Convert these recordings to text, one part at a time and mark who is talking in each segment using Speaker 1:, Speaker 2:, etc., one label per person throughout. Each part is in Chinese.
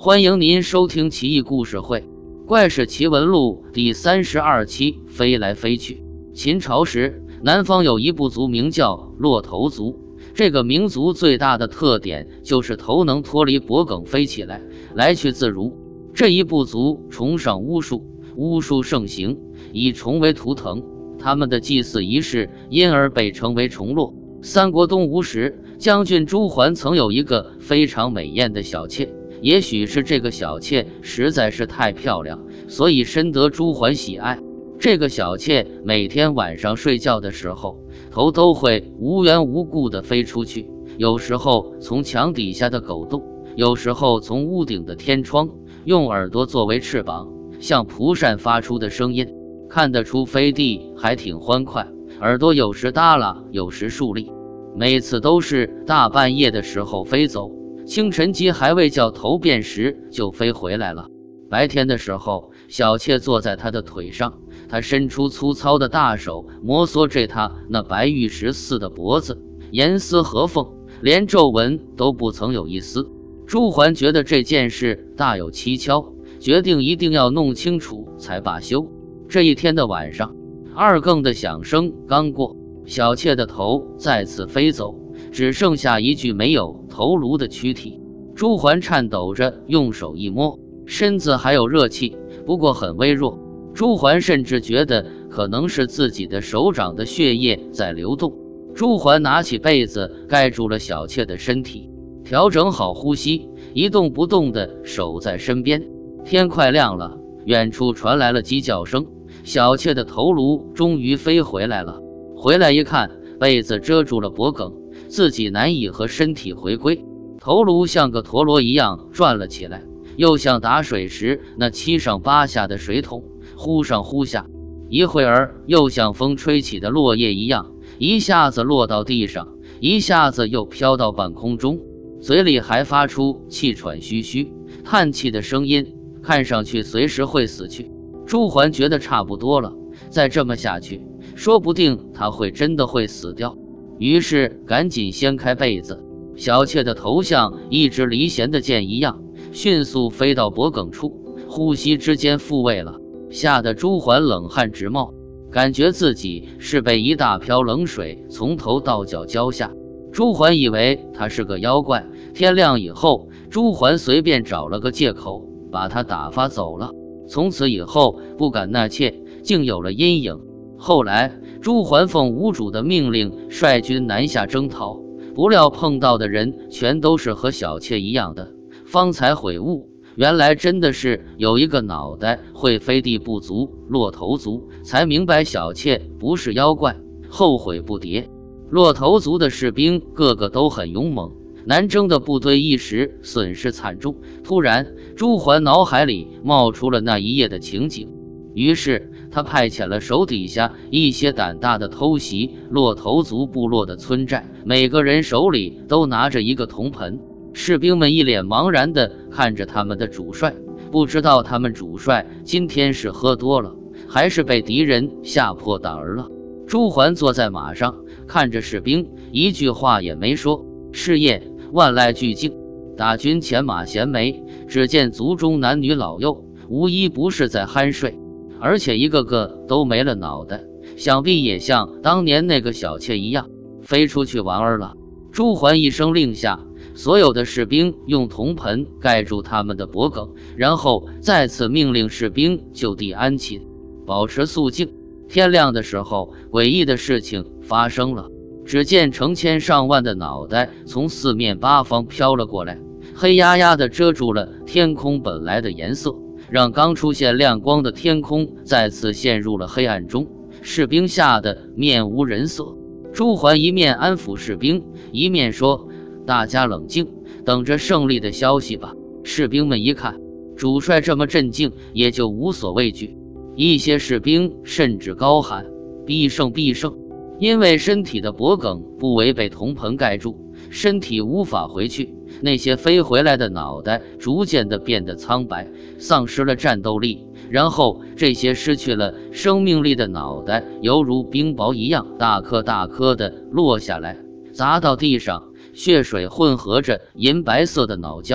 Speaker 1: 欢迎您收听奇异故事会《怪事奇闻录》第32期。飞来飞去。秦朝时，南方有一部族名叫骆头族。这个民族最大的特点就是头能脱离脖梗飞起来，来去自如。这一部族崇尚巫术，巫术盛行，以虫为图腾，他们的祭祀仪式因而被称为虫落。三国东吴时，将军朱桓曾有一个非常美艳的小妾，也许是这个小妾实在是太漂亮，所以深得朱桓喜爱。这个小妾每天晚上睡觉的时候，头都会无缘无故地飞出去，有时候从墙底下的狗洞，有时候从屋顶的天窗，用耳朵作为翅膀，像蒲扇发出的声音，看得出飞地还挺欢快，耳朵有时耷拉，有时竖立，每次都是大半夜的时候飞走，清晨鸡还未叫头遍时就飞回来了。白天的时候，小妾坐在他的腿上，他伸出粗糙的大手摩挲着他那白玉石似的脖子，严丝合缝，连皱纹都不曾有一丝。朱桓觉得这件事大有蹊跷，决定一定要弄清楚才罢休。这一天的晚上，二更的响声刚过，小妾的头再次飞走，只剩下一具没有头颅的躯体。朱桓颤抖着用手一摸，身子还有热气，不过很微弱。朱桓甚至觉得可能是自己的手掌的血液在流动。朱桓拿起被子盖住了小妾的身体，调整好呼吸，一动不动地守在身边。天快亮了，远处传来了鸡叫声，小妾的头颅终于飞回来了。回来一看，被子遮住了脖梗，自己难以和身体回归。头颅像个陀螺一样转了起来，又像打水时那七上八下的水桶，忽上忽下，一会儿又像风吹起的落叶一样，一下子落到地上，一下子又飘到半空中，嘴里还发出气喘吁吁、叹气的声音，看上去随时会死去。朱桓觉得差不多了，再这么下去，说不定他真的会死掉。于是赶紧掀开被子，小妾的头像一支离弦的箭一样，迅速飞到脖梗处，呼吸之间复位了，吓得朱桓冷汗直冒，感觉自己是被一大瓢冷水从头到脚浇下。朱桓以为他是个妖怪，天亮以后，朱桓随便找了个借口把他打发走了。从此以后不敢纳妾，竟有了阴影。后来朱桓奉吴主的命令率军南下征讨，不料碰到的人全都是和小妾一样的，方才悔悟，原来真的是有一个脑袋会飞地不足骆头族，才明白小妾不是妖怪，后悔不迭。骆头族的士兵个个都很勇猛，南征的部队一时损失惨重。突然朱桓脑海里冒出了那一夜的情景，于是他派遣了手底下一些胆大的偷袭骆头族部落的村寨，每个人手里都拿着一个铜盆。士兵们一脸茫然地看着他们的主帅，不知道他们主帅今天是喝多了，还是被敌人吓破胆儿了。朱桓坐在马上，看着士兵，一句话也没说。是夜，万籁俱静，大军前马衔枚，只见族中男女老幼无一不是在酣睡，而且一个个都没了脑袋，想必也像当年那个小妾一样飞出去玩儿了。朱桓一声令下，所有的士兵用铜盆盖住他们的脖梗，然后再次命令士兵就地安寝，保持肃静。天亮的时候，诡异的事情发生了。只见成千上万的脑袋从四面八方飘了过来，黑压压地遮住了天空本来的颜色，让刚出现亮光的天空再次陷入了黑暗中。士兵吓得面无人色。朱桓一面安抚士兵，一面说：“大家冷静，等着胜利的消息吧。”士兵们一看主帅这么镇静，也就无所畏惧。一些士兵甚至高喊：“必胜，必胜！”因为身体的脖梗部位被铜盆盖住，身体无法回去。那些飞回来的脑袋逐渐地变得苍白，丧失了战斗力，然后这些失去了生命力的脑袋犹如冰雹一样大颗大颗地落下来，砸到地上，血水混合着银白色的脑浆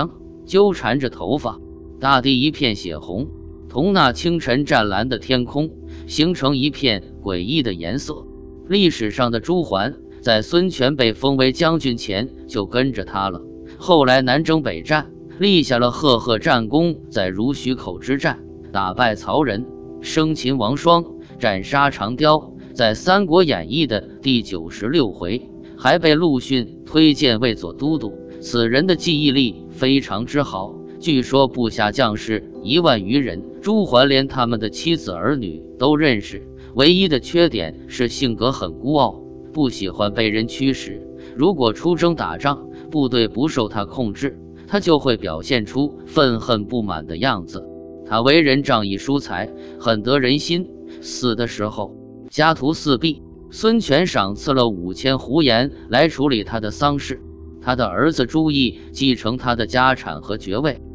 Speaker 1: 纠缠着头发，大地一片血红，同那清晨湛蓝的天空形成一片诡异的颜色。历史上的朱桓在孙权被封为将军前就跟着他了，后来南征北战，立下了赫赫战功，在濡须口之战打败曹仁，生擒王双，斩杀长雕，在《三国演义》的第96回还被陆逊推荐为左都督。此人的记忆力非常之好，据说部下将士1万余人，朱桓连他们的妻子儿女都认识。唯一的缺点是性格很孤傲，不喜欢被人驱使。如果出征打仗，部队不受他控制，他就会表现出愤恨不满的样子。他为人仗义疏财，很得人心。死的时候家徒四壁，孙权赏赐了5000胡言来处理他的丧事。他的儿子朱毅继承他的家产和爵位，